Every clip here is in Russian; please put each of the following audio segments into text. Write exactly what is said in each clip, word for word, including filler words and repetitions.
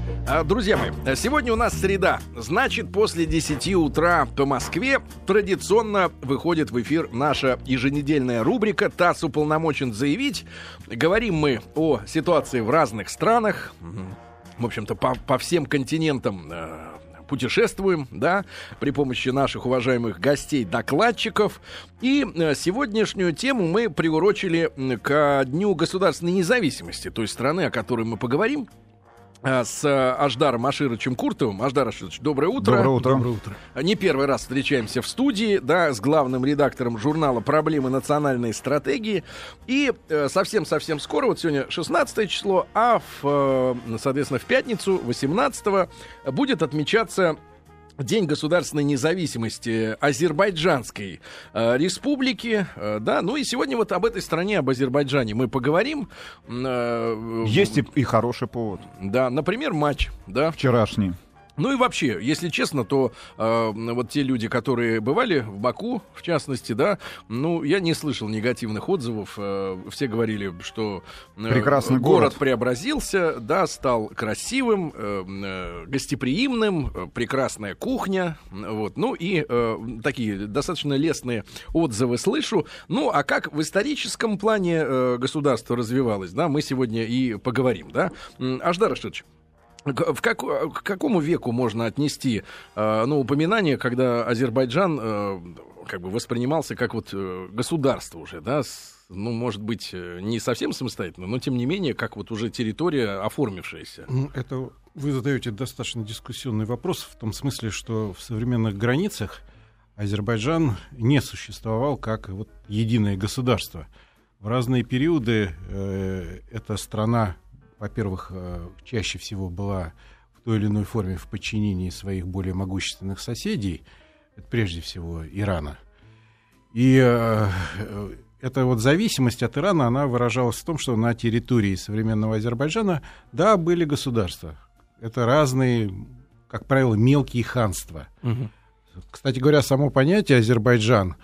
Друзья мои, сегодня у нас среда. Значит, после десяти утра по Москве традиционно выходит в эфир наша еженедельная рубрика «ТАСС уполномочен заявить». Говорим мы о ситуации в разных странах. В общем-то, по, по всем континентам э, путешествуем, да, при помощи наших уважаемых гостей-докладчиков. И э, сегодняшнюю тему мы приурочили к Дню государственной независимости той страны, о которой мы поговорим, с Аждаром Ашировичем Куртовым. Аждар Аширович, доброе утро. Доброе утро. Доброе утро. Не первый раз встречаемся в студии, да, с главным редактором журнала «Проблемы национальной стратегии». И совсем-совсем скоро, вот сегодня шестнадцатое число, а, в, соответственно, в пятницу, восемнадцатого, будет отмечаться День государственной независимости Азербайджанской э, республики, э, да, ну и сегодня вот об этой стране, об Азербайджане мы поговорим. Э, Есть и, и хороший повод. Да, например, матч, да. Вчерашний. Ну и вообще, если честно, то э, вот те люди, которые бывали в Баку, в частности, да, ну, я не слышал негативных отзывов. Э, все говорили, что э, прекрасный город, город преобразился, да, стал красивым, э, э, гостеприимным, э, прекрасная кухня, вот, ну и э, такие достаточно лестные отзывы слышу. Ну, а как в историческом плане э, государство развивалось, да, мы сегодня и поговорим, да. Аждар Аширович, В как, к какому веку можно отнести э, ну, упоминание, когда Азербайджан э, как бы воспринимался как вот э, государство уже, да, с, ну, может быть, не совсем самостоятельно, но тем не менее, как вот уже территория оформившаяся? Это вы задаете достаточно дискуссионный вопрос в том смысле, что в современных границах Азербайджан не существовал как вот единое государство. В разные периоды э, эта страна, во-первых, чаще всего была в той или иной форме в подчинении своих более могущественных соседей, это прежде всего Ирана. И э, эта вот зависимость от Ирана, она выражалась в том, что на территории современного Азербайджана, да, были государства. Это разные, как правило, мелкие ханства. Угу. Кстати говоря, само понятие Азербайджан,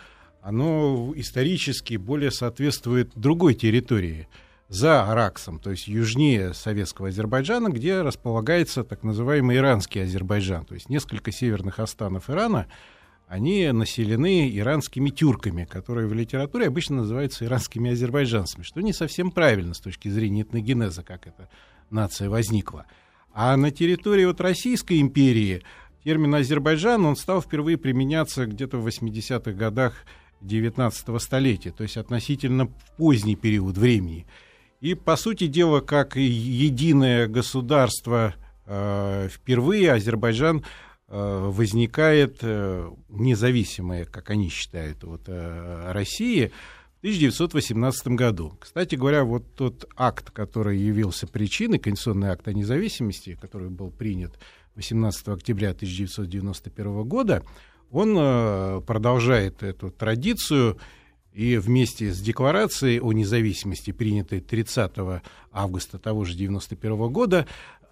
оно исторически более соответствует другой территории, за Араксом, то есть южнее советского Азербайджана, где располагается так называемый иранский Азербайджан. То есть несколько северных останов Ирана, они населены иранскими тюрками, которые в литературе обычно называются иранскими азербайджанцами, что не совсем правильно с точки зрения этногенеза, как эта нация возникла. А на территории вот Российской империи термин Азербайджан, он стал впервые применяться где-то в восьмидесятых годах девятнадцатого столетия, то есть относительно поздний период времени. И, по сути дела, как единое государство, э, впервые Азербайджан э, возникает э, независимое, как они считают, от э, России в тысяча девятьсот восемнадцатом году. Кстати говоря, вот тот акт, который явился причиной, Конституционный акт о независимости, который был принят восемнадцатого октября тысяча девятьсот девяносто первого года, он э, продолжает эту традицию. И вместе с декларацией о независимости, принятой тридцатого августа того же девяносто первого года,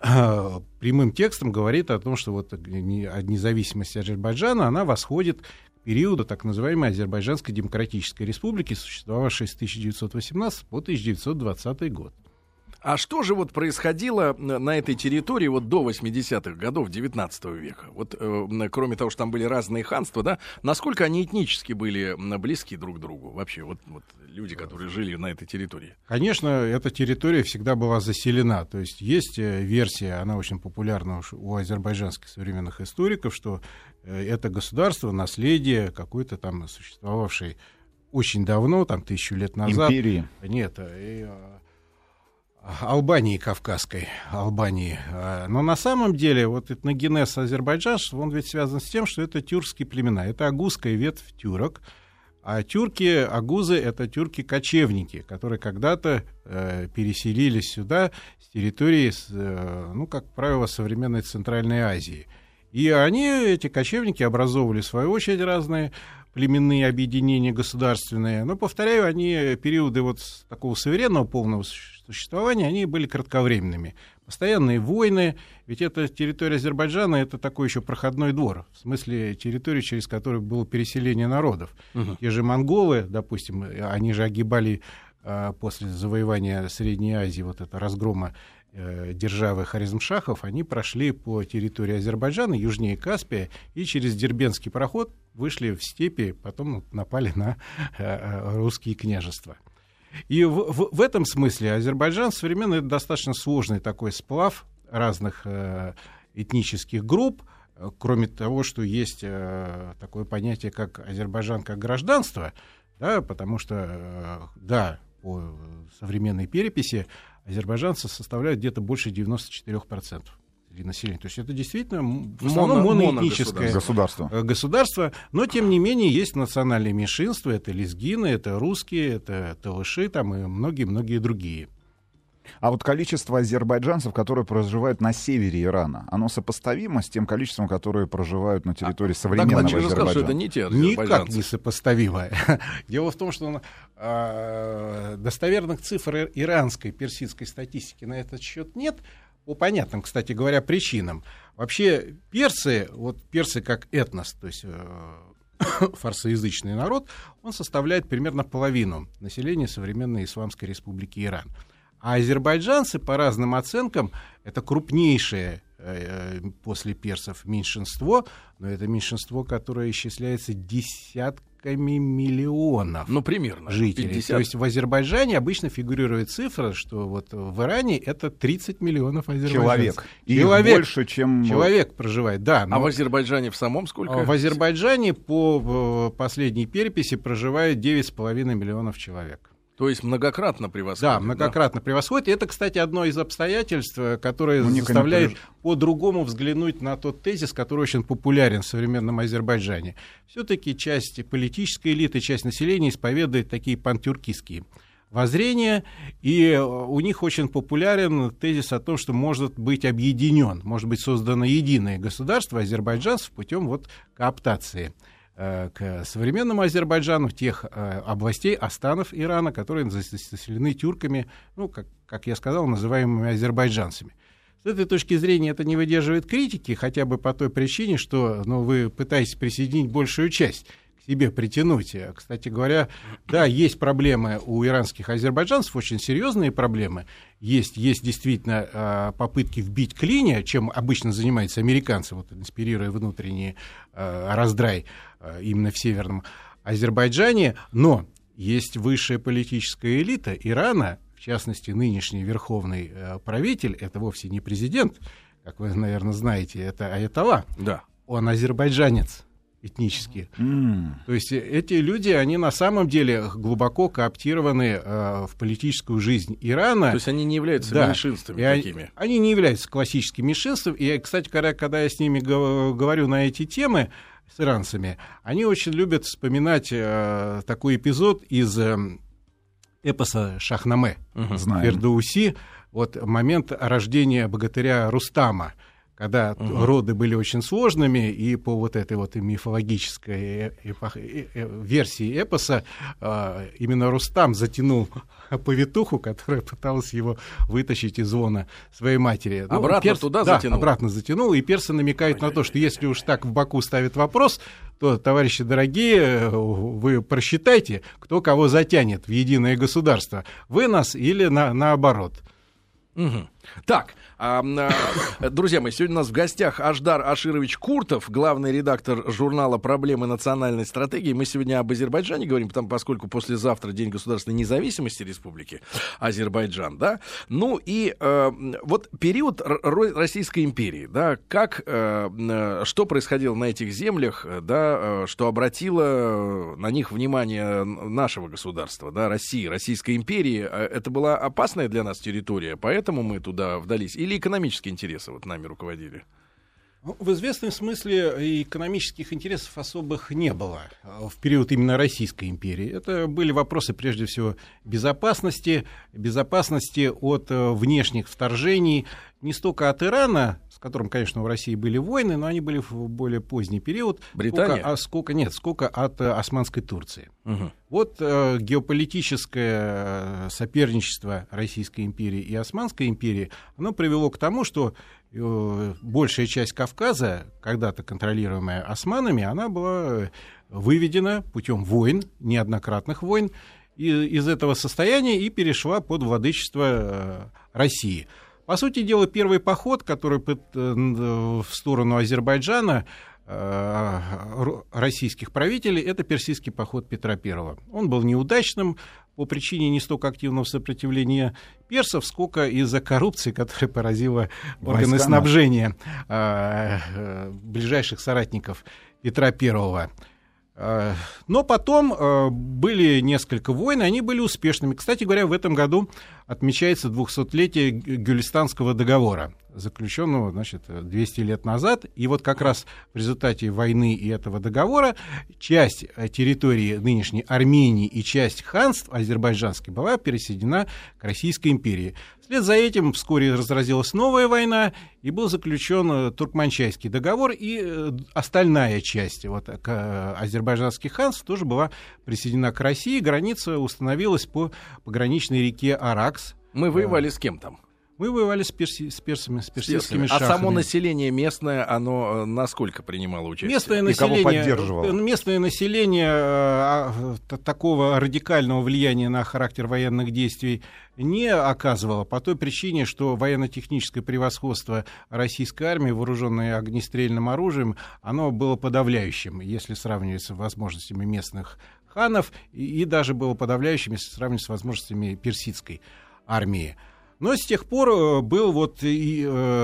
э, прямым текстом говорит о том, что вот независимость Азербайджана, она восходит к периоду так называемой Азербайджанской Демократической Республики, существовавшей с тысяча девятьсот восемнадцатого по тысяча девятьсот двадцатый год. А что же вот происходило на этой территории вот до восьмидесятых годов девятнадцатого века? Вот э, кроме того, что там были разные ханства, да, насколько они этнически были близки друг к другу вообще, вот, вот люди, которые жили на этой территории? Конечно, эта территория всегда была заселена, то есть есть версия, она очень популярна у азербайджанских современных историков, что это государство, наследие какой-то там существовавшей очень давно, там тысячу лет назад. Империи. Нет, и... Албании кавказской, Албании. Но на самом деле вот этногенез Азербайджана, он ведь связан с тем, что это тюркские племена, это агузская ветвь тюрок, а тюрки, агузы — это тюрки-кочевники, которые когда-то э, переселились сюда с территории, э, ну, как правило, современной Центральной Азии. И они, эти кочевники, образовывали, в свою очередь, разные племенные объединения государственные. Но, повторяю, они периоды вот такого суверенного полного существования, они были кратковременными. Постоянные войны, ведь эта территория Азербайджана — это такой еще проходной двор, в смысле территории, через которую было переселение народов. Угу. Те же монголы, допустим, они же огибали а, после завоевания Средней Азии, вот это разгрома э, державы Хорезмшахов, они прошли по территории Азербайджана, южнее Каспия, и через Дербентский проход вышли в степи, потом напали на э, русские княжества. И в, в, в этом смысле Азербайджан современный — это достаточно сложный такой сплав разных э, этнических групп, кроме того, что есть э, такое понятие, как Азербайджан как гражданство, да, потому что, э, да, по современной переписи азербайджанцы составляют где-то больше девяносто четыре процента населения. То есть это действительно в основном Моно, моноэтническое государство. государство, но тем не менее есть национальные меньшинства, это лезгины, это русские, это талыши там, и многие-многие другие. А вот количество азербайджанцев, которые проживают на севере Ирана, оно сопоставимо с тем количеством, которые проживают на территории современного Докладчик Азербайджана? сказал, что это не те Никак не сопоставимо. Дело в том, что э, достоверных цифр иранской персидской статистики на этот счет нет, по понятным, кстати говоря, причинам. Вообще персы, вот персы как этнос, то есть э, фарсоязычный народ, он составляет примерно половину населения современной Исламской Республики Иран. А азербайджанцы, по разным оценкам, это крупнейшее э, после персов меньшинство, но это меньшинство, которое исчисляется десятками миллионов ну, примерно, жителей. пятьдесят. То есть в Азербайджане обычно фигурирует цифра, что вот в Иране это тридцать миллионов азербайджанцев. Человек. И Человек. больше, чем... Человек проживает, да. А в Азербайджане в самом сколько? В Азербайджане по последней переписи проживает девять с половиной миллионов человек. То есть многократно превосходит. Да, многократно да? превосходит. И это, кстати, одно из обстоятельств, которое ну, заставляет по-другому взглянуть на тот тезис, который очень популярен в современном Азербайджане. Все-таки часть политической элиты, часть населения исповедует такие пантюркистские воззрения, и у них очень популярен тезис о том, что может быть объединен, может быть создано единое государство азербайджанцев путем вот кооптации к современному Азербайджану тех э, областей, астанов Ирана, которые заселены тюрками, ну, как, как я сказал, называемыми азербайджанцами. С этой точки зрения это не выдерживает критики, хотя бы по той причине, что ну, вы пытаетесь присоединить большую часть, к себе притянуть. Кстати говоря, да, есть проблемы у иранских азербайджанцев, очень серьезные проблемы. Есть, есть действительно э, попытки вбить клинья, чем обычно занимаются американцы, вот, инспирируя внутренний э, раздрай э, именно в северном Азербайджане. Но есть высшая политическая элита Ирана, в частности, нынешний верховный э, правитель, это вовсе не президент, как вы, наверное, знаете, это аятолла. Да. Он азербайджанец этнически. Mm. То есть эти люди, они на самом деле глубоко кооптированы э, в политическую жизнь Ирана. То есть они не являются да. меньшинствами и такими. Они, они не являются классическим меньшинством. И, кстати, когда, когда я с ними говорю на эти темы, с иранцами, они очень любят вспоминать э, такой эпизод из э, эпоса «Шахнаме» uh-huh. Фердауси, вот момент рождения богатыря Рустама, когда uh-huh. роды были очень сложными, и по вот этой вот мифологической эпох... версии эпоса именно Рустам затянул повитуху, которая пыталась его вытащить из лона своей матери. Обратно ну, перс... туда да, затянул? обратно затянул, и персы намекают Ой, на то, что если уж так в Баку ставит вопрос, то, товарищи дорогие, вы просчитайте, кто кого затянет в единое государство, вы нас или на... наоборот. Угу. Так, а, а, друзья мои, сегодня у нас в гостях Аждар Аширович Куртов, главный редактор журнала «Проблемы национальной стратегии». Мы сегодня об Азербайджане говорим, потому, поскольку послезавтра День государственной независимости Республики Азербайджан, да. Ну и э, вот период Российской империи, да, как, э, что происходило на этих землях, да, что обратило на них внимание нашего государства, да, России, Российской империи. Это была опасная для нас территория, поэтому мы туда вдались, или экономические интересы вот нами руководили? В известном смысле экономических интересов особых не было в период именно Российской империи. Это были вопросы, прежде всего, безопасности, безопасности от внешних вторжений, не столько от Ирана, с которым, конечно, в России были войны, но они были в более поздний период. Британия? Сколько, а сколько, нет, сколько от э, Османской Турции. Угу. Вот э, геополитическое соперничество Российской империи и Османской империи, оно привело к тому, что э, большая часть Кавказа, когда-то контролируемая османами, она была выведена путем войн, неоднократных войн, и, из этого состояния и перешла под владычество э, России. По сути дела, первый поход, который в сторону Азербайджана российских правителей, это персидский поход Петра Первого. Он был неудачным по причине не столько активного сопротивления персов, сколько из-за коррупции, которая поразила органы Войска снабжения ближайших соратников Петра Первого. Но потом были несколько войн, они были успешными. Кстати говоря, в этом году отмечается двухсотлетие Гюлистанского договора, заключенного, значит, двести лет назад. И вот как раз в результате войны и этого договора часть территории нынешней Армении и часть ханств азербайджанских была пересоединена к Российской империи. Вслед за этим вскоре разразилась новая война, и был заключен Туркманчайский договор, и остальная часть вот, азербайджанских ханств тоже была присоединена к России. Граница установилась по пограничной реке Аракс. Мы воевали с кем там? Мы воевали с, перси, с персами, с персидскими шахами. А само население местное, оно насколько принимало участие? Местное И население, кого поддерживало? Местное население а, а, такого радикального влияния на характер военных действий не оказывало по той причине, что военно-техническое превосходство российской армии, вооруженной огнестрельным оружием, оно было подавляющим, если сравнивать с возможностями местных ханов, и, и даже было подавляющим, если сравнивать с возможностями персидской армии. Но с тех пор был вот и,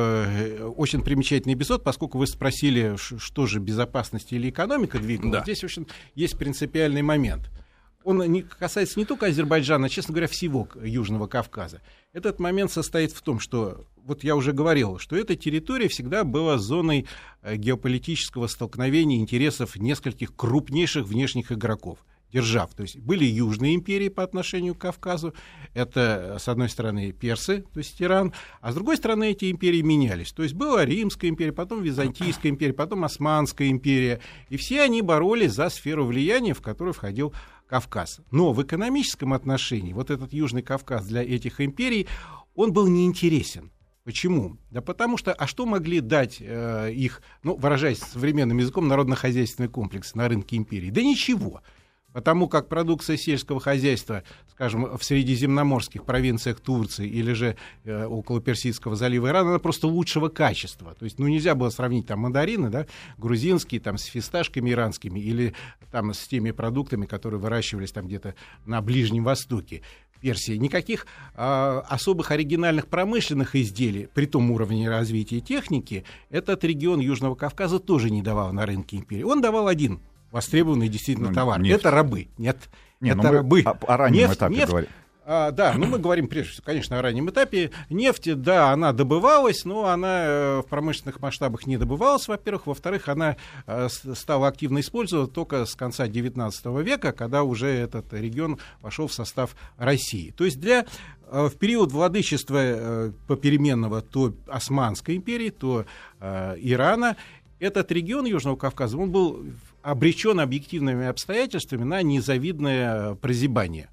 э, очень примечательный эпизод, поскольку вы спросили, что же безопасность или экономика двигала. Да. Здесь, в общем, есть принципиальный момент. Он не, касается не только Азербайджана, а, честно говоря, всего Южного Кавказа. Этот момент состоит в том, что, вот я уже говорил, что эта территория всегда была зоной геополитического столкновения интересов нескольких крупнейших внешних игроков. Держав. То есть были южные империи по отношению к Кавказу. Это, с одной стороны, персы, то есть Иран, а с другой стороны, эти империи менялись. То есть была Римская империя, потом Византийская империя, потом Османская империя. И все они боролись за сферу влияния, в которую входил Кавказ. Но в экономическом отношении вот этот Южный Кавказ для этих империй, он был неинтересен. Почему? Да потому что, а что могли дать э, их, ну, выражаясь современным языком, народно-хозяйственный комплекс на рынке империи? Да ничего. Потому как продукция сельского хозяйства, скажем, в средиземноморских провинциях Турции или же э, около Персидского залива Ирана, она просто лучшего качества. То есть, ну, нельзя было сравнить там мандарины, да, грузинские, там, с фисташками иранскими или там с теми продуктами, которые выращивались там где-то на Ближнем Востоке. Персии. Никаких а, особых оригинальных промышленных изделий при том уровне развития техники этот регион Южного Кавказа тоже не давал на рынке империи. Он давал один востребованный действительно ну, товар. Нефть. Это рабы. Нет, не, это ну рабы. О, о раннем нефть, этапе нефть, говорим. А, да, ну мы говорим прежде всего, конечно, о раннем этапе. Нефть, да, она добывалась, но она э, в промышленных масштабах не добывалась, во-первых. Во-вторых, она э, стала активно использоваться только с конца девятнадцатого века, когда уже этот регион вошел в состав России. То есть для, э, в период владычества э, попеременного то Османской империи, то э, Ирана, этот регион Южного Кавказа, он был обречен объективными обстоятельствами на незавидное прозябание.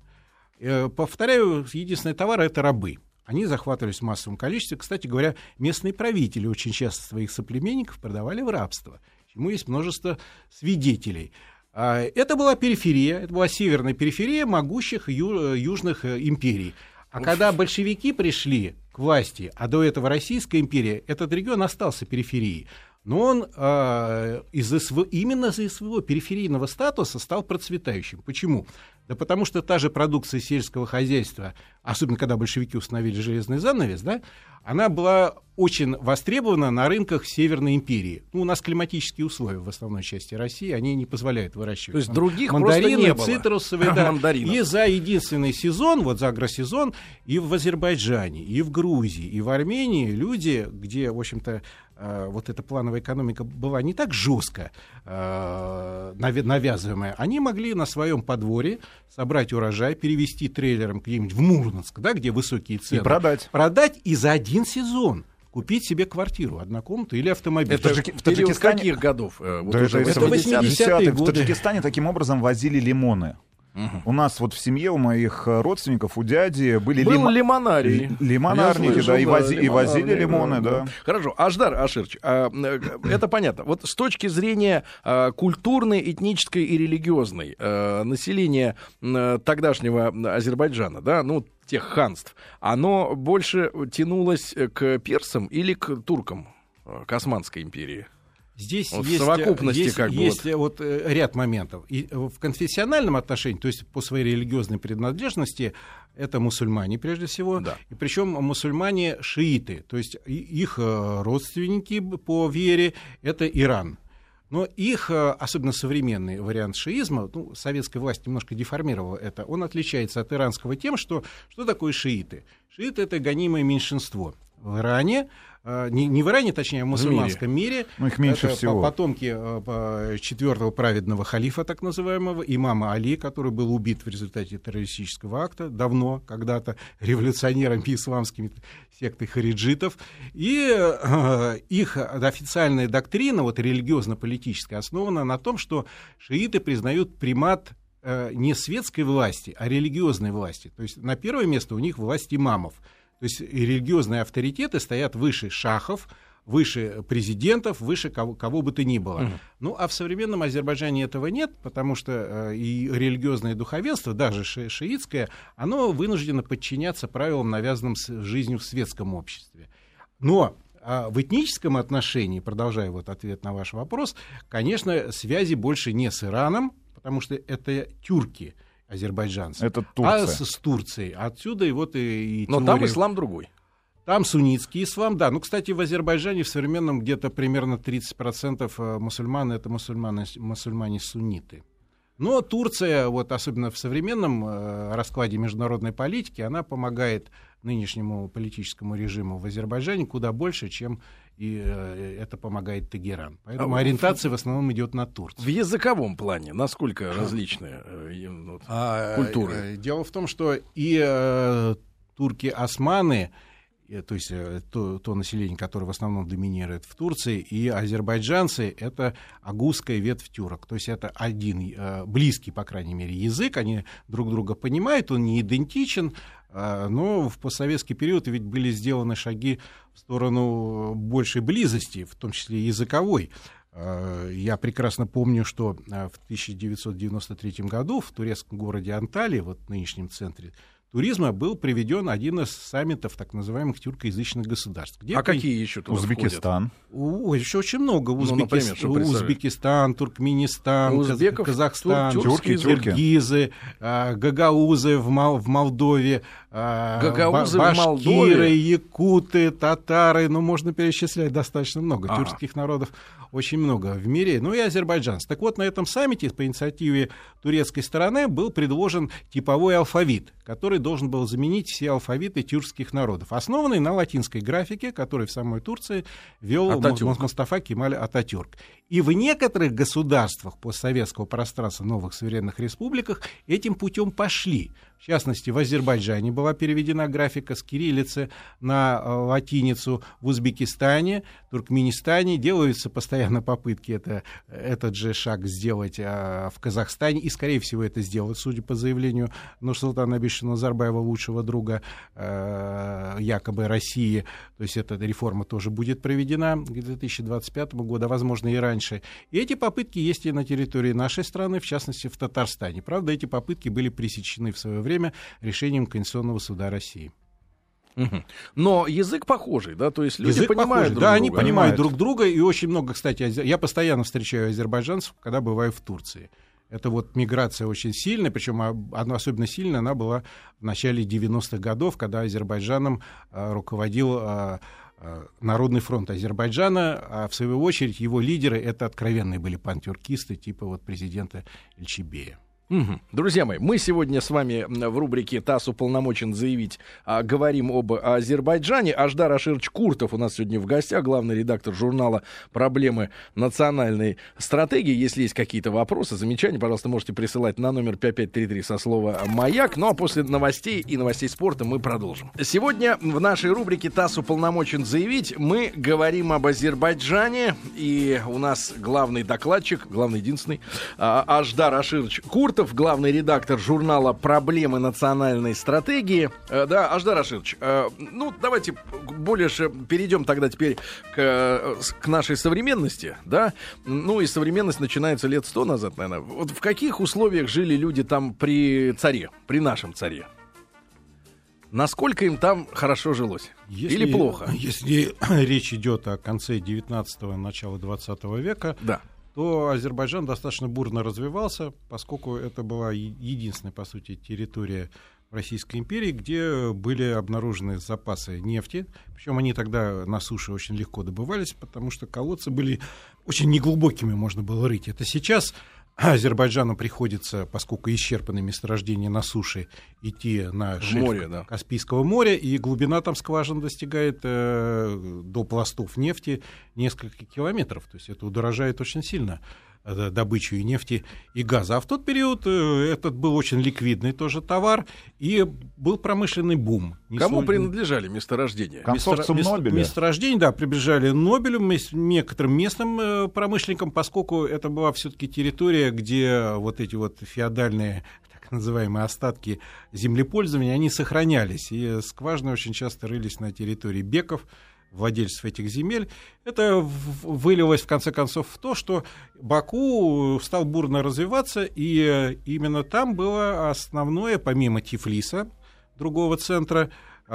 Повторяю, единственный товар — это рабы. Они захватывались в массовом количестве. Кстати говоря, местные правители очень часто своих соплеменников продавали в рабство, чему есть множество свидетелей. Это была периферия, это была северная периферия могущих ю- южных империй. А Уф. Когда большевики пришли к власти, а до этого Российская империя, этот регион остался периферией. Но он э, из-за своего, именно из-за своего периферийного статуса стал процветающим. Почему? Да потому что та же продукция сельского хозяйства, особенно когда большевики установили железный занавес, да, она была очень востребована на рынках Северной империи. Ну, у нас климатические условия в основной части России, они не позволяют выращивать. То есть там других мандарины, просто не было. Цитрусовые, да. И за единственный сезон, вот за агросезон, и в Азербайджане, и в Грузии, и в Армении люди, где, в общем-то, э, вот эта плановая экономика была не так жестко э, навязываемая, они могли на своем подворье собрать урожай, перевести трейлером где-нибудь в Мурманск, да, где высокие цены. И продать. Продать и за один сезон купить себе квартиру, однокомнатную или автомобиль. Это в Таджикистане каких годов? Э, вот да, уже это восьмидесятые годы. В Таджикистане таким образом возили лимоны. Угу. У нас вот в семье у моих родственников, у дяди были Был лим... лимонарий. лимонарники, слышал, да, и, вози... и возили лимоны, да. да. Хорошо, Аждар Аширович, а, это понятно. Вот с точки зрения а, культурной, этнической и религиозной а, населения а, тогдашнего Азербайджана, да, ну, тех ханств, оно больше тянулось к персам или к туркам, к Османской империи? Здесь вот есть, в совокупности есть, как бы есть вот. вот ряд моментов. И в конфессиональном отношении, то есть по своей религиозной принадлежности, это мусульмане прежде всего, да. и причем мусульмане шииты, то есть их родственники по вере — это Иран. Но их, особенно современный вариант шиизма, ну, советская власть немножко деформировала это, он отличается от иранского тем, что что такое шииты? Шииты — это гонимое меньшинство. В Иране, не, не в Иране, точнее, а в мусульманском в мире, ну, их меньше это всего. Потомки четвертого праведного халифа, так называемого, имама Али, который был убит в результате террористического акта, давно, когда-то, революционерами исламскими сектой хариджитов. И э, их официальная доктрина, вот религиозно-политическая, основана на том, что шииты признают примат э, не светской власти, а религиозной власти. То есть на первое место у них власть имамов. То есть религиозные авторитеты стоят выше шахов, выше президентов, выше кого, кого бы то ни было. Uh-huh. Ну, а в современном Азербайджане этого нет, потому что э, и религиозное духовенство, даже ши- шиитское, оно вынуждено подчиняться правилам, навязанным с, жизнью в светском обществе. Но а в этническом отношении, продолжая вот ответ на ваш вопрос, конечно, связи больше не с Ираном, потому что это тюрки, азербайджанцы, это Турция. а с, с Турцией. Отсюда и вот и, и Но теория... там ислам другой. Там суннитский ислам, да. Ну, кстати, в Азербайджане в современном где-то примерно тридцать процентов мусульман — это мусульмане, мусульмане-сунниты. Но Турция, вот особенно в современном э, раскладе международной политики, она помогает нынешнему политическому режиму в Азербайджане куда больше, чем и, э, это помогает Тегеран. Поэтому а ориентация в основном идет на Турцию. В языковом плане насколько различные э, вот, а, культуры? Э, дело в том, что и э, турки-османы, то есть то, то население, которое в основном доминирует в Турции, и азербайджанцы — это агузская ветвь тюрок. То есть это один близкий, по крайней мере, язык, они друг друга понимают, он не идентичен, но в постсоветский период ведь были сделаны шаги в сторону большей близости, в том числе языковой. Я прекрасно помню, что в тысяча девятьсот девяносто третьем году в турецком городе Анталия, вот в нынешнем центре туризма, был приведен один из саммитов так называемых тюркоязычных государств. Где а какие еще туда Узбекистан. Ой, еще очень много. Узбекист... Ну, например, Узбекистан, Туркменистан, Узбеков, Казахстан, тюрки, киргизы, а, гагаузы в, Мол... в Молдове, а, гагаузы ба- в Молдове, башкиры, якуты, татары. Ну, можно перечислять достаточно много. Ага. Тюркских народов очень много в мире. Ну и азербайджанцев. Так вот, на этом саммите по инициативе турецкой стороны был предложен типовой алфавит, который должен был заменить все алфавиты тюркских народов, основанный на латинской графике, который в самой Турции вел Ататюрк. Мустафа Кемаль Ататюрк. И в некоторых государствах постсоветского пространства, новых суверенных республиках, этим путем пошли. В частности, в Азербайджане была переведена графика с кириллицы на латиницу, в Узбекистане, Туркменистане делаются постоянно попытки это, этот же шаг сделать а, в Казахстане, и, скорее всего, это сделают, судя по заявлению Нурсултана Абишевича Назарбаева, лучшего друга а, якобы России. То есть эта реформа тоже будет проведена к две тысячи двадцать пятому году, а возможно и раньше. И эти попытки есть и на территории нашей страны, в частности, в Татарстане. Правда, эти попытки были пресечены в свое время решением Конституционного суда России. Угу. Но язык похожий, да, то есть люди язык понимают похожий. друг да, друга. они понимают друг друга, и очень много, кстати, ази... я постоянно встречаю азербайджанцев, когда бываю в Турции. Это вот миграция очень сильная, причем она особенно сильная она была в начале девяностых годов, когда Азербайджаном а, руководил а, а, Народный фронт Азербайджана, а в свою очередь его лидеры это откровенные были пантюркисты типа вот президента Эльчибея. Угу. Друзья мои, мы сегодня с вами в рубрике «ТАСС уполномочен заявить» а, говорим об Азербайджане. Аждар Аширович Куртов у нас сегодня в гостях, главный редактор журнала «Проблемы национальной стратегии». Если есть какие-то вопросы, замечания, пожалуйста, можете присылать на номер пять пять три три со слова «Маяк». Ну а после новостей и новостей спорта мы продолжим. Сегодня в нашей рубрике «ТАСС уполномочен заявить» мы говорим об Азербайджане. И у нас главный докладчик, главный единственный, а, Аждар Аширович Куртов. Юртов, главный редактор журнала «Проблемы национальной стратегии». Э, да, Аждар Рашидович, э, ну, давайте больше перейдем тогда теперь к, к нашей современности, да. Ну, и современность начинается лет сто назад, наверное. Вот в каких условиях жили люди там при царе, при нашем царе? Насколько им там хорошо жилось? Если, или плохо? Если речь идет о конце девятнадцатого, начале двадцатого века, да, то Азербайджан достаточно бурно развивался, поскольку это была единственная, по сути, территория Российской империи, где были обнаружены запасы нефти. Причем они тогда на суше очень легко добывались, потому что колодцы были очень неглубокими, можно было рыть. Это сейчас Азербайджану приходится, поскольку исчерпаны месторождения на суше, идти на шельф море, да. Каспийского моря, и глубина там скважин достигает э, до пластов нефти несколько километров. То есть это удорожает очень сильно э, добычу и нефти, и газа. А в тот период э, этот был очень ликвидный тоже товар, и был промышленный бум. Не Кому соль... принадлежали месторождения? Консорциум Место... Нобеля. Месторождения, да, приближали Нобелю, некоторым местным э, промышленникам, поскольку это была все-таки территория, где вот эти вот феодальные, так называемые, остатки землепользования, они сохранялись. И скважины очень часто рылись на территории беков, владельцев этих земель. Это вылилось, в конце концов, в то, что Баку стал бурно развиваться, и именно там было основное, помимо Тифлиса, другого центра,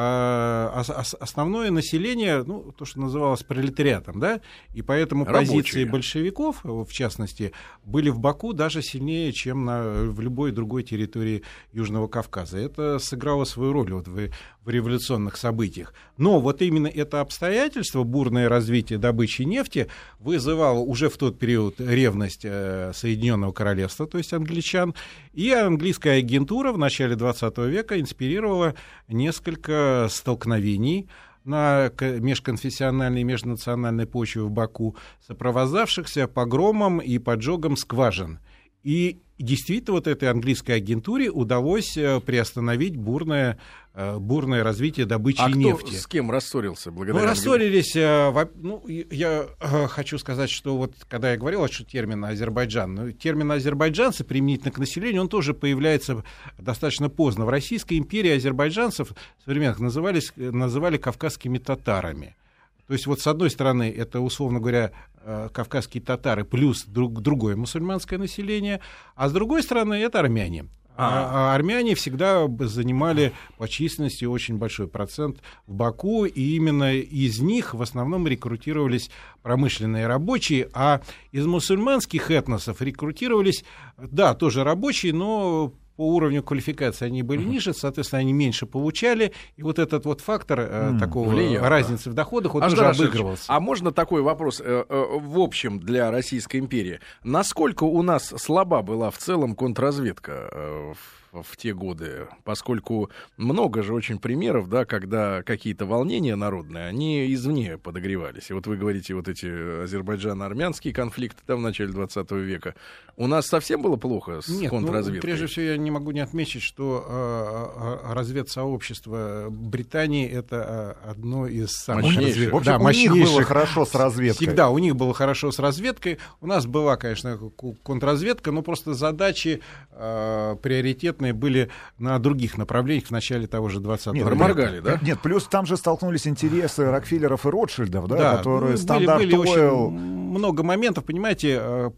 основное население, ну, то, что называлось пролетариатом, да, и поэтому рабочие. Позиции большевиков, в частности, были в Баку даже сильнее, чем на, в любой другой территории Южного Кавказа. Это сыграло свою роль вот в, в революционных событиях. Но вот именно это обстоятельство, бурное развитие добычи нефти, вызывало уже в тот период ревность э, Соединенного Королевства, то есть англичан, и английская агентура в начале двадцатого века инспирировала несколько столкновений на межконфессиональной и межнациональной почве в Баку, сопровождавшихся погромом и поджогом скважин. И действительно вот этой английской агентуре удалось приостановить бурное, бурное развитие добычи а нефти. Кто с кем рассорился благодаря? Ну, рассорились, ну, я хочу сказать, что вот когда я говорил, что термин «Азербайджан», ну, термин «азербайджанцы» применительно к населению, он тоже появляется достаточно поздно. В Российской империи азербайджанцев современных назывались, называли кавказскими татарами. То есть вот с одной стороны это, условно говоря, кавказские татары плюс друг, другое мусульманское население, а с другой стороны это армяне. А, а армяне всегда занимали по численности очень большой процент в Баку, и именно из них в основном рекрутировались промышленные рабочие, а из мусульманских этносов рекрутировались, да, тоже рабочие, но по уровню квалификации они были ниже, соответственно, они меньше получали, и вот этот вот фактор э, mm, такого влиял, разницы да. в доходах, он тоже обыгрывался. А можно такой вопрос э, э, в общем для Российской империи? Насколько у нас слаба была в целом контрразведка э, в в те годы, поскольку много же очень примеров, да, когда какие-то волнения народные, они извне подогревались. И вот вы говорите, вот эти азербайджано-армянские конфликты там в начале двадцатого века. У нас совсем было плохо с Нет, контрразведкой? Ну, прежде всего, я не могу не отметить, что э, разведсообщество Британии — это одно из самых мощнейших. В общем, да, у них было хорошо с разведкой. Всегда у них было хорошо с разведкой. У нас была, конечно, контрразведка, но просто задачи э, приоритетные были на других направлениях в начале того же двадцатого века. Проморгали, да? Нет, плюс там же столкнулись интересы Рокфеллеров и Ротшильдов, да, да, которые ну, стандарт были, были Ойл... очень много моментов, понимаете,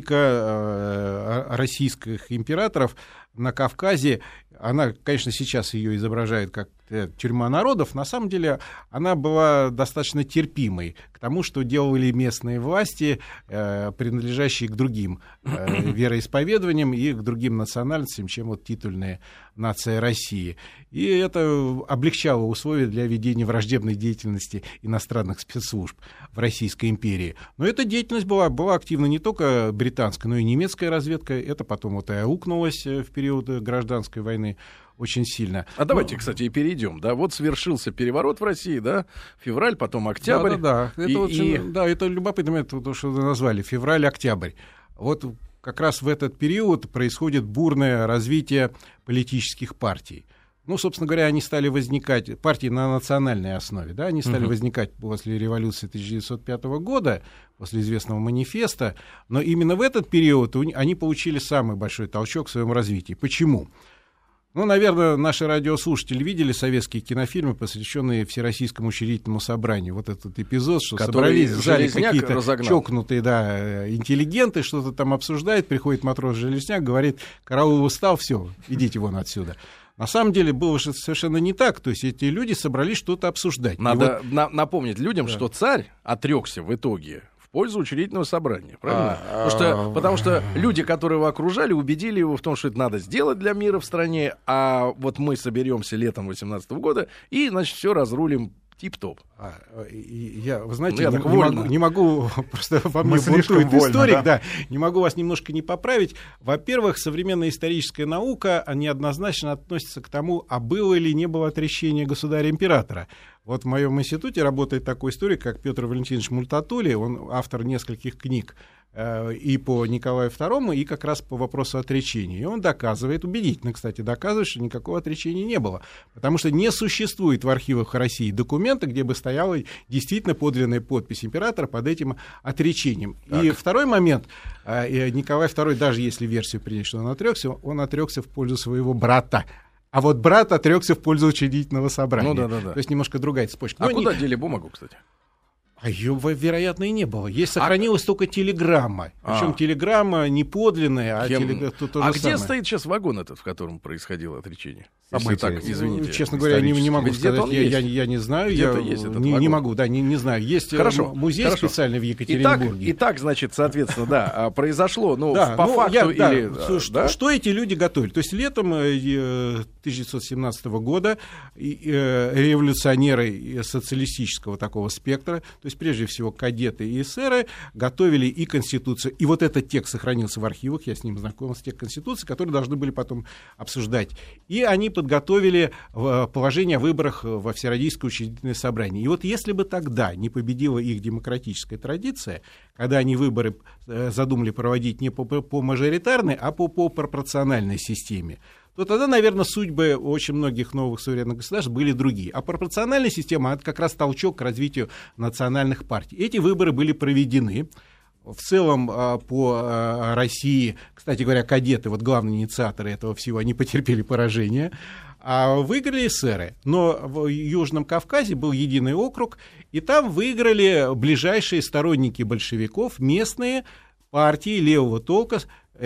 политика российских императоров на Кавказе, она, конечно, сейчас ее изображают как тюрьма народов, на самом деле она была достаточно терпимой к тому, что делали местные власти, э, принадлежащие к другим э, вероисповедованиям и к другим национальностям, чем вот титульная нация России. И это облегчало условия для ведения враждебной деятельности иностранных спецслужб в Российской империи. Но эта деятельность была, была активна не только британская, но и немецкая разведка. Это потом вот и аукнулось в период гражданской войны очень сильно. А давайте, кстати, и перейдем. Да, вот свершился переворот в России, да, февраль, потом октябрь. Да, да, да. Это, и, очень, и... да, это любопытно, это то, что вы назвали, февраль-октябрь. Вот как раз в этот период происходит бурное развитие политических партий. Ну, собственно говоря, они стали возникать, партии на национальной основе, да, они стали uh-huh. возникать после революции тысяча девятьсот пятого года, после известного манифеста, но именно в этот период они получили самый большой толчок в своем развитии. Почему? Ну, наверное, наши радиослушатели видели советские кинофильмы, посвященные Всероссийскому учредительному собранию. Вот этот эпизод, что который собрались в зале какие-то разогнал. чокнутые, да, интеллигенты, что-то там обсуждают, приходит матрос Железняк, говорит: караул устал, все, идите вон отсюда. На самом деле было же совершенно не так. То есть эти люди собрались что-то обсуждать. Надо вот... на- напомнить людям, да. что царь отрекся в итоге в пользу учредительного собрания. Правильно? А, потому, что, потому что люди, которые его окружали, убедили его в том, что это надо сделать для мира в стране. А вот мы соберемся летом восемнадцатого года и, значит, все разрулим тип-топ. А, я, вы знаете, ну, я не, не, могу, не могу, просто во мне бунтует историк, да? Да, не могу вас немножко не поправить. Во-первых, современная историческая наука неоднозначно относится к тому, а было или не было отречения государя-императора. Вот в моем институте работает такой историк, как Петр Валентинович Мультатули, он автор нескольких книг э, и по Николаю второму, и как раз по вопросу отречения. И он доказывает, убедительно, кстати, доказывает, что никакого отречения не было. Потому что не существует в архивах России документа, где бы стояла действительно подлинная подпись императора под этим отречением. Так. И второй момент, э, Николай второй, даже если версию принять, что он отрекся, он отрекся в пользу своего брата. А вот брат отрекся в пользу учредительного собрания. Ну, да, да, да. То есть немножко другая цепочка. А Но куда не... дели бумагу, кстати? А ее, вероятно, и не было. Есть сохранилась а... только телеграмма. Причем а. телеграмма не подлинная, а Кем... телеграмма то, то А же где самое. Стоит сейчас вагон этот, в котором происходило отречение? Если так, извините. Ну, честно говоря, не, не могу сказать. Я, я, я не знаю. Где-то я есть этот не, вагон. не могу, да, не, не знаю. Есть хорошо, музей хорошо. специальный в Екатеринбурге. Итак, итак, значит, соответственно, да, произошло, ну, да, по ну, факту я, или... Да, Да, что, да? что эти люди готовили? То есть летом тысяча девятьсот семнадцатого года революционеры социалистического такого спектра, то есть прежде всего кадеты и эсеры, готовили и Конституцию. И вот этот текст сохранился в архивах, я с ним знаком, с текстом Конституции, которые должны были потом обсуждать. И они подготовили положение о выборах во Всероссийское учредительное собрание. И вот если бы тогда не победила их демократическая традиция, когда они выборы задумали проводить не по, по мажоритарной, а по, по пропорциональной системе, то тогда, наверное, судьбы очень многих новых суверенных государств были другие. А пропорциональная система — это как раз толчок к развитию национальных партий. Эти выборы были проведены. В целом по России, кстати говоря, кадеты, вот главные инициаторы этого всего, они потерпели поражение, а выиграли эсеры. Но в Южном Кавказе был единый округ, и там выиграли ближайшие сторонники большевиков, местные партии левого толка.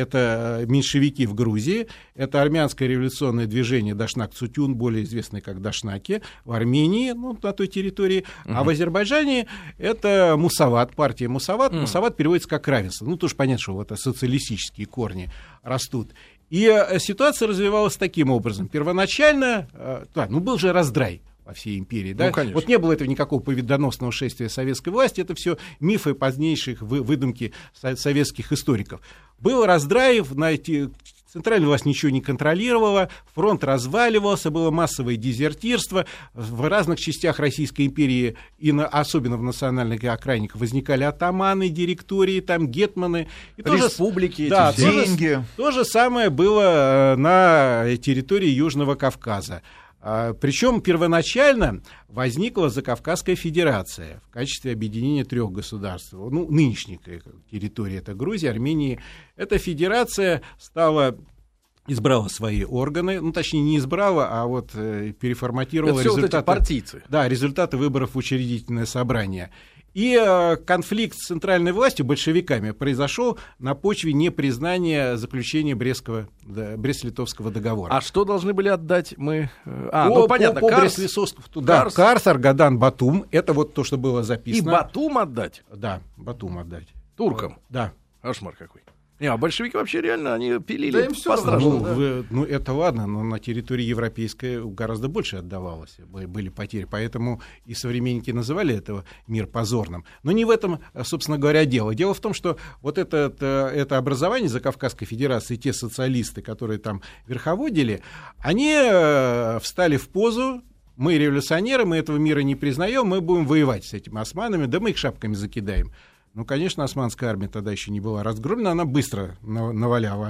Это меньшевики в Грузии, это армянское революционное движение Дашнак-Цутюн, более известное как Дашнаки, в Армении, ну, на той территории, uh-huh. а в Азербайджане это Мусават, партия Мусават. Uh-huh. Мусават переводится как равенство. Ну, тоже понятно, что вот социалистические корни растут. И ситуация развивалась таким образом. Первоначально, да, ну, был же раздрай во всей империи, да? Ну, вот не было этого никакого победоносного шествия советской власти, это все мифы позднейших выдумки советских историков. Был раздрай, знаете, центральная власть ничего не контролировала, фронт разваливался, было массовое дезертирство, в разных частях Российской империи, и на, особенно в национальных окраинах, возникали атаманы, директории, там, гетманы. И республики, то же, да, деньги. То же, то же самое было на территории Южного Кавказа. Причем первоначально возникла Закавказская федерация в качестве объединения трех государств. Ну, нынешняя территория — это Грузия, Армения. Эта федерация стала... избрала свои органы, ну, точнее, не избрала, а вот э, переформатировала это результаты... Вот эти партийцы. Да, результаты выборов в учредительное собрание. И э, конфликт с центральной властью, большевиками, произошел на почве непризнания заключения Брестского, да, Брест-Литовского договора. А что должны были отдать мы? А, по, ну, понятно, по, по Карс, Брест-Литовскому, да, Карс. Карс, Аргадан, Батум, это вот то, что было записано. И Батум отдать? Да, Батум отдать. Туркам? Да. Кошмар какой. Не, а большевики вообще реально, они пилили да им всё по-страшному. Ну, да. вы, ну, это ладно, но на территории европейской гораздо больше отдавалось, были потери, поэтому и современники называли этого мир позорным. Но не в этом, собственно говоря, дело. Дело в том, что вот это, это, это образование Закавказской Федерации, те социалисты, которые там верховодили, они э, встали в позу: мы революционеры, мы этого мира не признаем, мы будем воевать с этими османами, да мы их шапками закидаем. Ну, конечно, османская армия тогда еще не была разгромлена, она быстро наваляла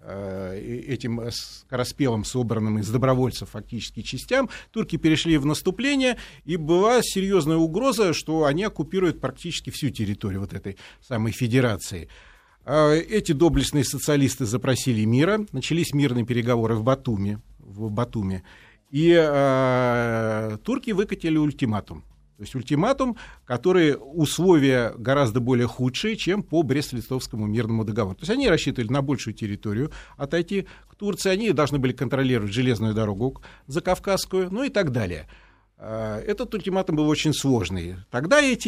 этим скороспелым, собранным из добровольцев фактически частям, турки перешли в наступление, и была серьезная угроза, что они оккупируют практически всю территорию вот этой самой федерации. Эти доблестные социалисты запросили мира, начались мирные переговоры в Батуми, в Батуми, и э, турки выкатили ультиматум. То есть ультиматум, который условия гораздо более худшие, чем по Брест-Литовскому мирному договору. То есть они рассчитывали на большую территорию отойти к Турции, они должны были контролировать железную дорогу закавказскую, ну и так далее. Этот ультиматум был очень сложный. Тогда эти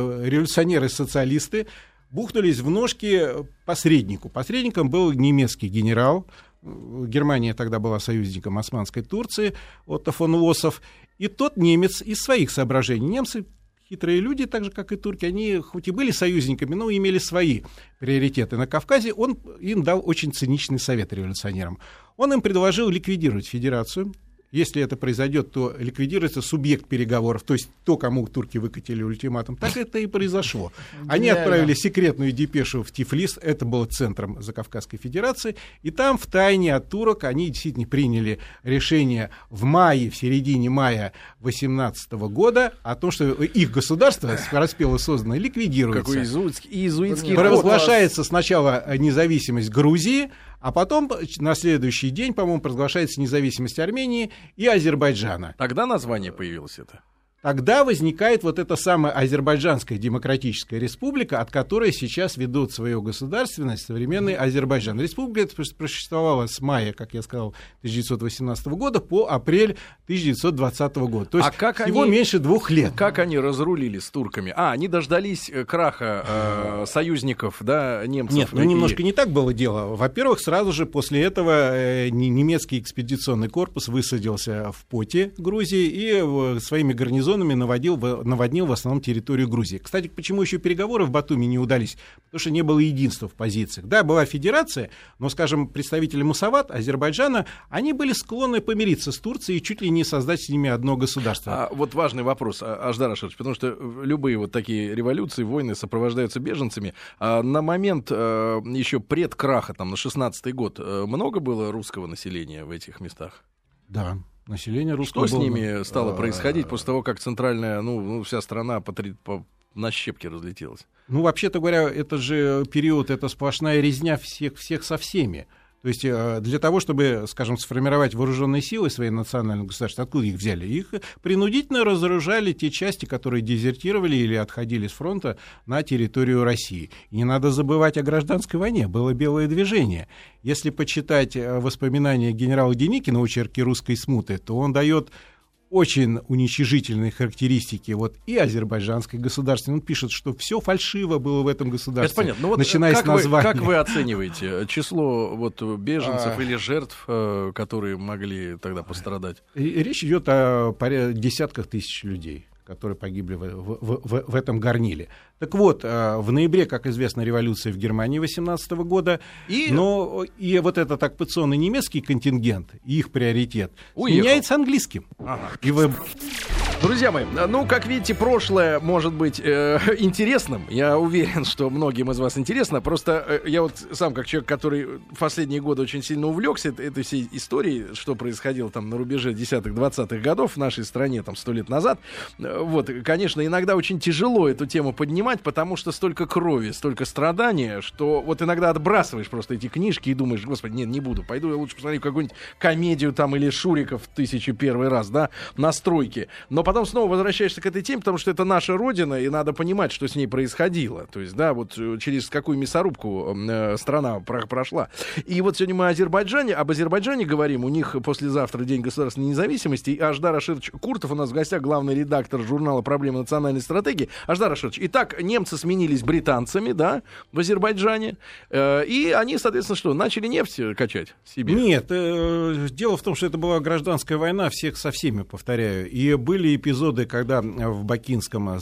революционеры-социалисты бухнулись в ножки посреднику. Посредником был немецкий генерал. Германия тогда была союзником Османской Турции, Отто фон Лоссов. И тот немец из своих соображений. Немцы хитрые люди, так же, как и турки, они хоть и были союзниками, но имели свои приоритеты на Кавказе. Он им дал очень циничный совет революционерам. Он им предложил ликвидировать федерацию. Если это произойдет, то ликвидируется субъект переговоров, то есть то, кому турки выкатили ультиматум. Так это и произошло. Они отправили секретную депешу в Тифлис, это было центром Закавказской Федерации, и там втайне от турок они действительно приняли решение в мае, в середине мая восемнадцатого года о том, что их государство, скороспело созданное, ликвидируется. Какой иезуитский, иезуитский Провозглашается сначала независимость Грузии, а потом на следующий день, по-моему, провозглашается независимость Армении и Азербайджана. Тогда название появилось это? Тогда возникает вот эта самая Азербайджанская демократическая республика, от которой сейчас ведут свою государственность современный Азербайджан. Республика просуществовала с мая, как я сказал, тысяча девятьсот восемнадцатого года по апрель тысяча девятьсот двадцатого года. То есть а как всего они, меньше двух лет. Как они разрулили с турками? А, они дождались краха э, союзников, да, немцев. Нет, ну и... немножко не так было дело. Во-первых, сразу же после этого э, немецкий экспедиционный корпус высадился в Поте, Грузии, и э, своими гарнизонами Наводил, наводнил в основном территорию Грузии. Кстати, почему еще переговоры в Батуми не удались? Потому что не было единства в позициях. Да, была федерация, но, скажем, представители Мусават, Азербайджана, они были склонны помириться с Турцией и чуть ли не создать с ними одно государство. А вот важный вопрос, Аждар Ашотович, потому что любые вот такие революции, войны сопровождаются беженцами. А на момент а, еще предкраха, там, на шестнадцатый год, много было русского населения в этих местах? Да. Население русского. Что было... с ними стало происходить после того, как центральная, ну, ну вся страна по, три, по, на щепки разлетелась? Ну, вообще-то говоря, это же период, это сплошная резня всех, всех со всеми. То есть для того, чтобы, скажем, сформировать вооруженные силы своей национальной государства, откуда их взяли? Их принудительно разоружали те части, которые дезертировали или отходили с фронта на территорию России. И не надо забывать о гражданской войне, было белое движение. Если почитать воспоминания генерала Деникина, очерки русской смуты, то он дает очень уничижительные характеристики вот и азербайджанской государственности. Он пишет, что все фальшиво было в этом государстве. Это понятно. Ну, вот начиная как с названия. Вы, как вы оцениваете число вот, беженцев а... или жертв, которые могли тогда пострадать? Речь идет о десятках тысяч людей, которые погибли в, в, в, в этом горниле. Так вот, в ноябре, как известно, революция в Германии восемнадцатого года, и... но и вот этот оккупационный немецкий контингент, их приоритет, Уехал. меняется английским. Ага. И вы... Друзья мои, ну, как видите, прошлое может быть э, интересным. Я уверен, что многим из вас интересно. Просто э, я вот сам, как человек, который в последние годы очень сильно увлекся этой, этой всей историей, что происходило там на рубеже десятых-двадцатых годов в нашей стране, там, сто лет назад. Э, вот, конечно, иногда очень тяжело эту тему поднимать, потому что столько крови, столько страдания, что вот иногда отбрасываешь просто эти книжки и думаешь, господи, нет, не буду, пойду я лучше посмотрю какую-нибудь комедию там или Шуриков в тысячу первый раз, да, на стройке. Но потом снова возвращаешься к этой теме, потому что это наша родина, и надо понимать, что с ней происходило. То есть, да, вот через какую мясорубку э, страна про- прошла. И вот сегодня мы о Азербайджане, об Азербайджане говорим. У них послезавтра День государственной независимости. И Аждар Ашотович Куртов у нас в гостях, главный редактор журнала «Проблемы национальной стратегии». Аждар Ашотович, итак, немцы сменились британцами, да, в Азербайджане. Э, и они, соответственно, что, начали нефть качать себе? Нет, э, дело в том, что это была гражданская война всех со всеми, повторяю. И были эпизоды, когда в Бакинском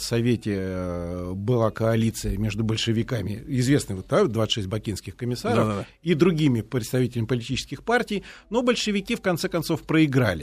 совете была коалиция между большевиками, известный вот, да, двадцать шесть бакинских комиссаров, да-да-да, и другими представителями политических партий, но большевики в конце концов проиграли.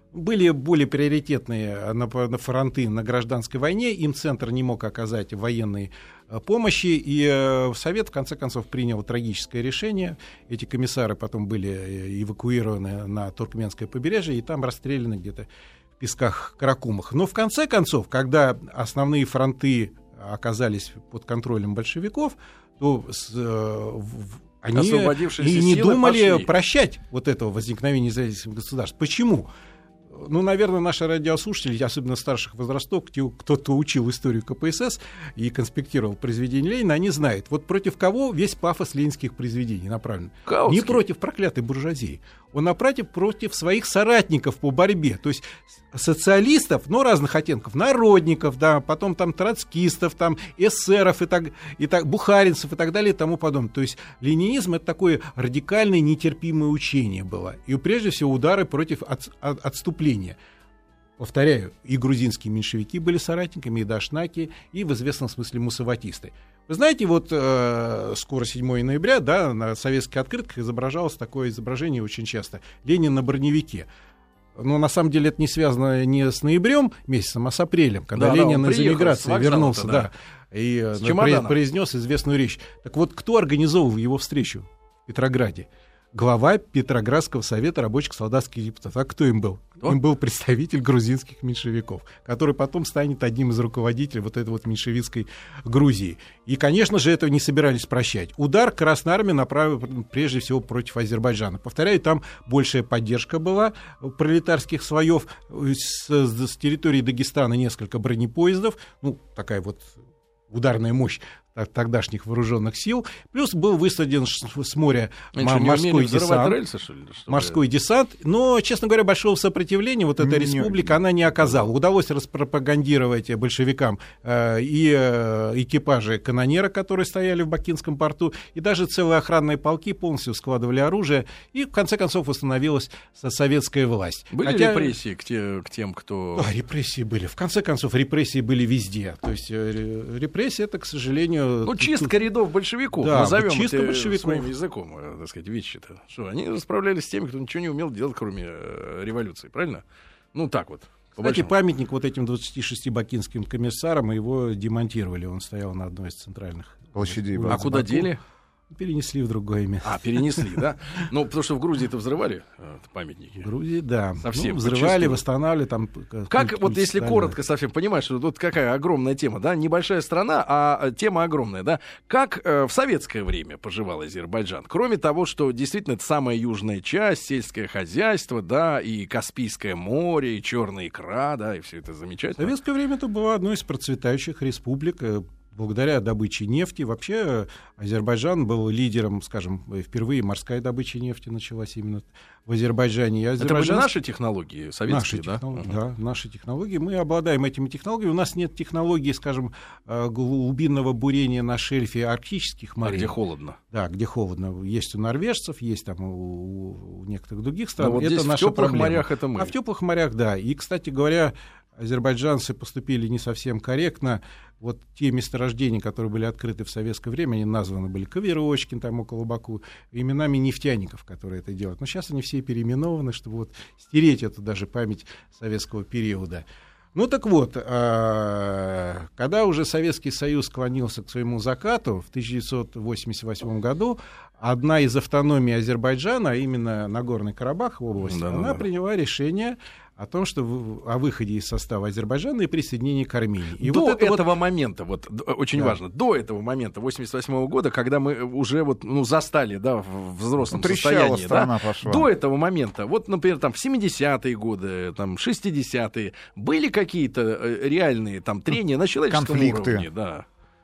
были более приоритетные на, на фронты на гражданской войне, им центр не мог оказать военной помощи, и э, Совет в конце концов принял трагическое решение. Эти комиссары потом были эвакуированы на Туркменское побережье и там расстреляны где-то в песках Каракумах. Но в конце концов, когда основные фронты оказались под контролем большевиков, то с, э, они и не думали пошли. прощать вот этого возникновения независимых государств. Почему? Ну, наверное, наши радиослушатели, особенно старших возрастов, кто-то учил историю ка пэ эс эс и конспектировал произведения Ленина, они знают, вот против кого весь пафос ленинских произведений направлен. Каутский. Не против проклятой буржуазии. Он напротив против своих соратников по борьбе, то есть социалистов, но разных оттенков, народников, да, потом там троцкистов, там эсеров и так, и так, бухаринцев и так далее и тому подобное. То есть ленинизм — это такое радикальное, нетерпимое учение было. И прежде всего удары против от, от, отступления. Повторяю, и грузинские меньшевики были соратниками, и дашнаки, и в известном смысле мусаватисты. Вы знаете, вот э, скоро седьмого ноября, да, на советских открытках изображалось такое изображение очень часто. Ленин на броневике. Но на самом деле это не связано не с ноябрем месяцем, а с апрелем, когда да, Ленин да, из эмиграции вернулся, да, да, и э, произнес известную речь. Так вот, кто организовывал его встречу в Петрограде? Глава Петроградского совета рабочих солдатских депутатов. А кто им был? Кто? Им был представитель грузинских меньшевиков, который потом станет одним из руководителей вот этой вот меньшевистской Грузии. И, конечно же, этого не собирались прощать. Удар Красной Армии направлен прежде всего против Азербайджана. Повторяю, там большая поддержка была пролетарских слоев. С, с территории Дагестана несколько бронепоездов. Ну, такая вот ударная мощь тогдашних вооруженных сил, плюс был высаден с моря м- морской десант, рельсы, что ли, что морской ли? десант, но, честно говоря, большого сопротивления вот эта не, республика, она не оказала. Удалось распропагандировать большевикам э, и э, экипажи канонера, которые стояли в Бакинском порту, и даже целые охранные полки полностью складывали оружие, и, в конце концов, установилась советская власть. Были Хотя... репрессии к, те, к тем, кто... Да, репрессии были. В конце концов, репрессии были везде. То есть э, репрессии — это, к сожалению, ну, чистка рядов большевиков, да, назовем чистка это большевиков. своим языком, так сказать, вещи-то. Что, они расправлялись с теми, кто ничего не умел делать, кроме э, революции, правильно? Ну, так вот. Кстати, памятник вот этим двадцати шести бакинским комиссарам, его демонтировали, он стоял на одной из центральных площадей. А куда дели? Перенесли в другое место. А, перенесли, да? Ну, потому что в Грузии-то взрывали памятники. В Грузии, да. Совсем. Ну, взрывали, восстанавливали. Там, как, вот если коротко совсем, понимаешь, что тут какая огромная тема, да? Небольшая страна, а тема огромная, да? Как э, в советское время поживал Азербайджан? Кроме того, что действительно это самая южная часть, сельское хозяйство, да, и Каспийское море, и черная икра, да, и все это замечательно. В советское время это была одной из процветающих республик. Благодаря добыче нефти. Вообще Азербайджан был лидером, скажем, впервые морская добыча нефти началась именно в Азербайджане. Азербайджан... Это были наши технологии, советские, наши да? Технологии, uh-huh. Да, наши технологии. Мы обладаем этими технологиями. У нас нет технологий, скажем, глубинного бурения на шельфе арктических морей. А где холодно. Да, где холодно. Есть у норвежцев, есть там у, у некоторых других стран. Вот это в теплых проблема. морях это мы. А в теплых морях, да. И, кстати говоря, азербайджанцы поступили не совсем корректно. Вот те месторождения, которые были открыты в советское время, они названы были Каверочкин, там около Баку, именами нефтяников, которые это делают. Но сейчас они все переименованы, чтобы вот стереть эту даже память советского периода. Ну так вот, когда уже Советский Союз склонился к своему закату в тысяча девятьсот восемьдесят восьмом году, одна из автономий Азербайджана, а именно Нагорный Карабах область, да, она да, приняла решение о том, что в, о выходе из состава Азербайджана и присоединении к Армении. И до вот это этого вот... момента, вот очень да. важно, до этого момента, восемьдесят восьмого года, когда мы уже вот, ну, застали, да, в взрослом состоянии, да, до этого момента, вот, например, там в семидесятые годы, там шестидесятые, были какие-то реальные там трения на человеческом конфликты. уровне, да.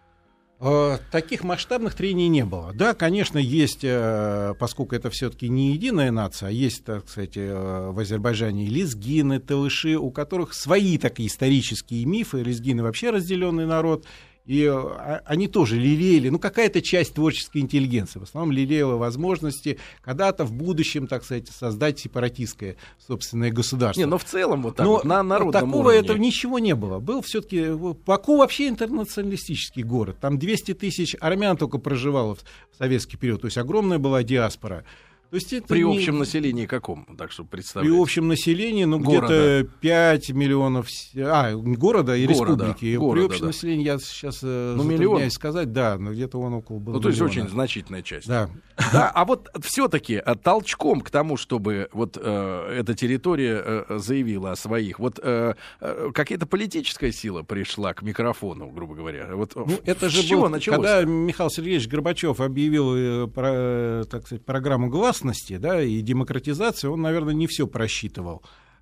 Таких масштабных трений не было. Да, конечно, есть, поскольку это все-таки не единая нация, а есть, так сказать, в Азербайджане и лезгины, талыши, у которых свои такие исторические мифы. Лезгины вообще разделенный народ. И они тоже лелеяли, ну, какая-то часть творческой интеллигенции, в основном лелеяла возможности когда-то в будущем, так сказать, создать сепаратистское собственное государство. Не, но в целом вот так, но вот, на народном такого уровне. Этого ничего не было. Был все-таки Баку вообще интернационалистический город. Там двести тысяч армян только проживало в советский период, то есть огромная была диаспора. То есть это При не... общем населении каком? Так что При представляете. общем населении, ну, Города. где-то пять миллионов... А, города и Города, республики. города, При общем да. населении я сейчас Ну, затрудняюсь миллион. сказать, да, но где-то он около был Ну, то есть миллиона. очень значительная часть. Да. Да, а вот все-таки толчком к тому, чтобы вот э, эта территория э, заявила о своих, вот э, э, какая-то политическая сила пришла к микрофону, грубо говоря. Вот Ну, в- это с же чего было, началось? когда Михаил Сергеевич Горбачев объявил э, про, э, так сказать, программу гласности, да, и демократизации, он, наверное, не все просчитывал.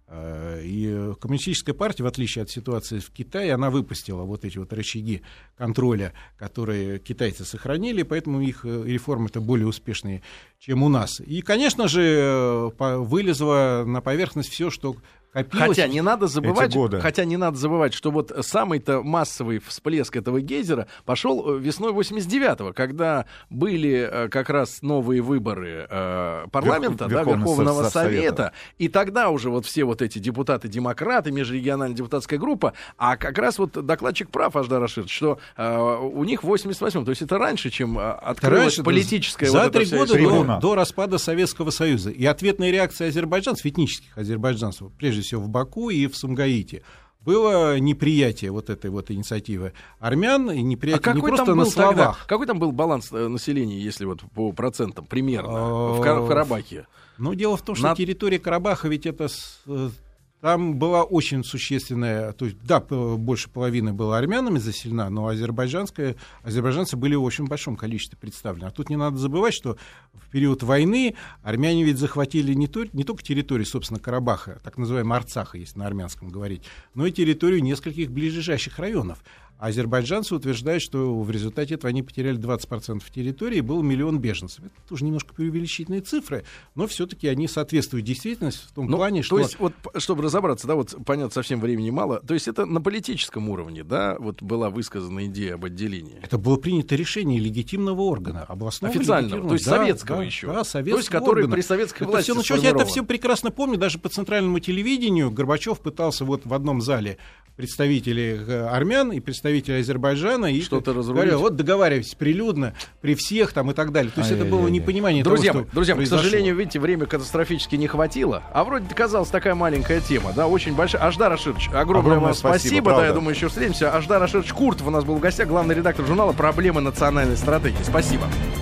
Э, И коммунистическая партия, в отличие от ситуации в Китае, она выпустила вот эти вот рычаги контроля, которые китайцы сохранили, поэтому их э, реформы-то более успешные, чем у нас. И, конечно же, э, по- вылезло на поверхность все, что копилось. Хотя не надо забывать, эти годы. хотя не надо забывать, что вот самый-то массовый всплеск этого гейзера пошел весной восемьдесят девятого, когда были э, как раз новые выборы э, парламента, Верх- да, Верховного Верховного Со- Совета. Совета, и тогда уже вот все вот эти депутаты-демократы, межрегиональная депутатская группа, а как раз вот докладчик прав Аждар Рашидович, что э, у них в восемьдесят восьмом, то есть это раньше, чем э, открылась Раньше, политическая за вот эта три вся года история. до, до распада Советского Союза. И ответная реакция азербайджанцев, этнических азербайджанцев, прежде всего в Баку и в Сумгаите, было неприятие вот этой вот инициативы армян, и А неприятие не какой просто там на был тогда, словах. какой там был баланс э, населения, если вот по процентам примерно А, в, Кар- в Карабахе? Но дело в том, что На- территория Карабаха ведь это... с- э, Там была очень существенная, то есть, да, п- больше половины было армянами заселена, но азербайджанская, азербайджанцы были в очень большом количестве представлены. А тут не надо забывать, что в период войны армяне ведь захватили не, то, не только территорию, собственно, Карабаха, так называемого Арцаха, если на армянском говорить, но и территорию нескольких ближайших районов. А азербайджанцы утверждают, что в результате этого они потеряли двадцать процентов территории, и был миллион беженцев. Это тоже немножко преувеличительные цифры, но все-таки они соответствуют действительности в том Ну, плане, то что... есть, вот, п- чтобы разобраться, да, вот понятно, совсем времени мало. То есть это на политическом уровне, да, вот была высказана идея об отделении. Это было принято решение легитимного органа, областного Официального, легитимного, то есть да, советского да, еще. Да, То есть, советского который органа. при советской Это власти все началось, я это сформирован. все прекрасно помню, даже по центральному телевидению Горбачев пытался вот в одном зале представителей э, армян и представителей Азербайджана и Что-то говорил, разрулить. вот договаривайтесь прилюдно, при всех там и так далее. То есть это было Ай-яй-яй. непонимание Друзья того, мои, что друзья, мои, к произошло. сожалению, видите, время катастрофически не хватило. А вроде казалась такая маленькая тема, да, очень большая. Аждар Рашидович, огромное, Огромное вам спасибо. спасибо, Да, я правда. думаю, еще встретимся. Аждар Рашидович Куртов у нас был в гостях, главный редактор журнала «Проблемы национальной стратегии». Спасибо.